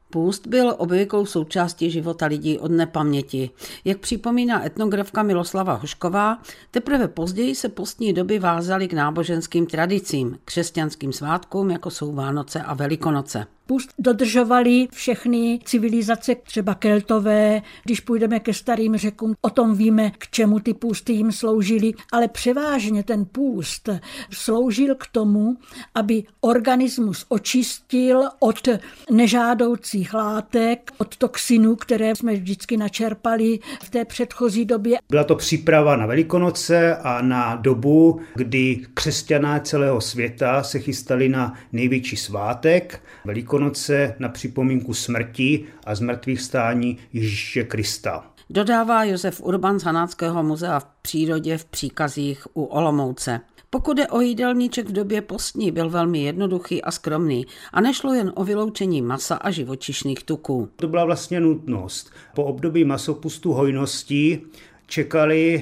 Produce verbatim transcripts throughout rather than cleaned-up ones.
Půst byl obvyklou součástí života lidí od nepaměti. Jak připomíná etnografka Miloslava Hošková, teprve později se postní doby vázaly k náboženským tradicím, křesťanským svátkům, jako jsou Vánoce a Velikonoce. Půst dodržovaly všechny civilizace, třeba Keltové, když půjdeme ke starým řekům, o tom víme, k čemu ty půsty jim sloužily, ale převážně ten půst sloužil k tomu, aby organismus očistil od nežádoucích látek, od toxinů, které jsme vždycky načerpali v té předchozí době. Byla to příprava na Velikonoce a na dobu, kdy křesťané celého světa se chystali na největší svátek, Velikonoce, na připomínku smrti a zmrtvých stání Ježíše Krista. Dodává Josef Urban z Hanáckého muzea v přírodě v Příkazích u Olomouce. Pokud je o jídelníček v době postní, byl velmi jednoduchý a skromný a nešlo jen o vyloučení masa a živočišných tuků. To byla vlastně nutnost. Po období masopustu hojností čekali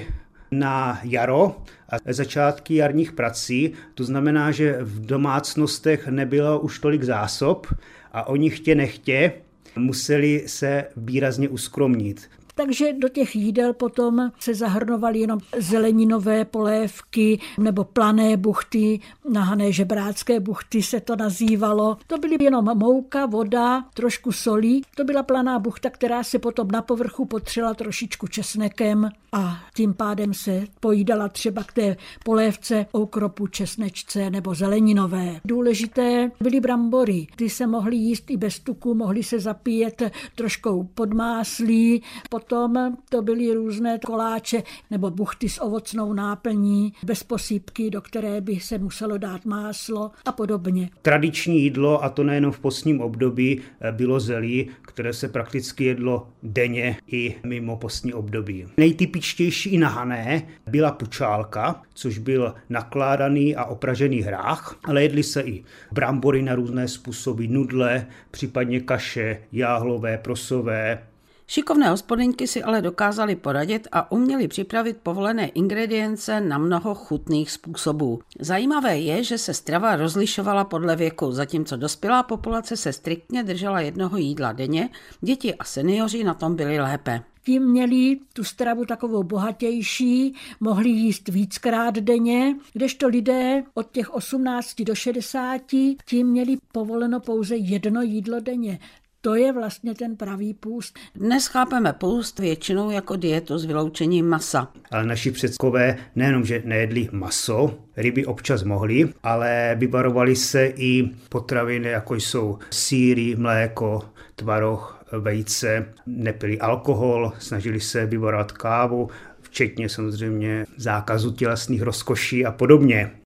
na jaro a začátky jarních prací. To znamená, že v domácnostech nebylo už tolik zásob a oni chtě nechtě museli se výrazně uskromnit. Takže do těch jídel potom se zahrnovaly jenom zeleninové polévky nebo plané buchty, nahané žebrácké buchty se to nazývalo. To byly jenom mouka, voda, trošku solí. To byla planá buchta, která se potom na povrchu potřela trošičku česnekem a tím pádem se pojídala třeba k té polévce okropu, česnečce nebo zeleninové. Důležité byly brambory. Ty se mohly jíst i bez tuku, mohly se zapíjet troškou podmáslí. Potom to byly různé koláče nebo buchty s ovocnou náplní, bez posypky, do které by se muselo dát máslo a podobně. Tradiční jídlo, a to nejenom v postním období, bylo zelí, které se prakticky jedlo denně i mimo postní období. Nejtypičtější i nahané byla pučálka, což byl nakládaný a opražený hrách, ale jedly se i brambory na různé způsoby, nudle, případně kaše, jáhlové, prosové. Šikovné hospodyňky si ale dokázaly poradit a uměly připravit povolené ingredience na mnoho chutných způsobů. Zajímavé je, že se strava rozlišovala podle věku, zatímco dospělá populace se striktně držela jednoho jídla denně, děti a seniori na tom byli lépe. Tím měli tu stravu takovou bohatější, mohli jíst víckrát denně, kdežto lidé od těch osmnácti do šedesáti tím měli povoleno pouze jedno jídlo denně. To je vlastně ten pravý půst. Dnes chápeme půst většinou jako dietu s vyloučením masa. Ale naši předkové nejenom, že nejedli maso, ryby občas mohli, ale vyvarovali se i potraviny, jako jsou sýry, mléko, tvaroh, vejce, nepili alkohol, snažili se vyvarovat kávu, včetně samozřejmě zákazu tělesných rozkoší a podobně.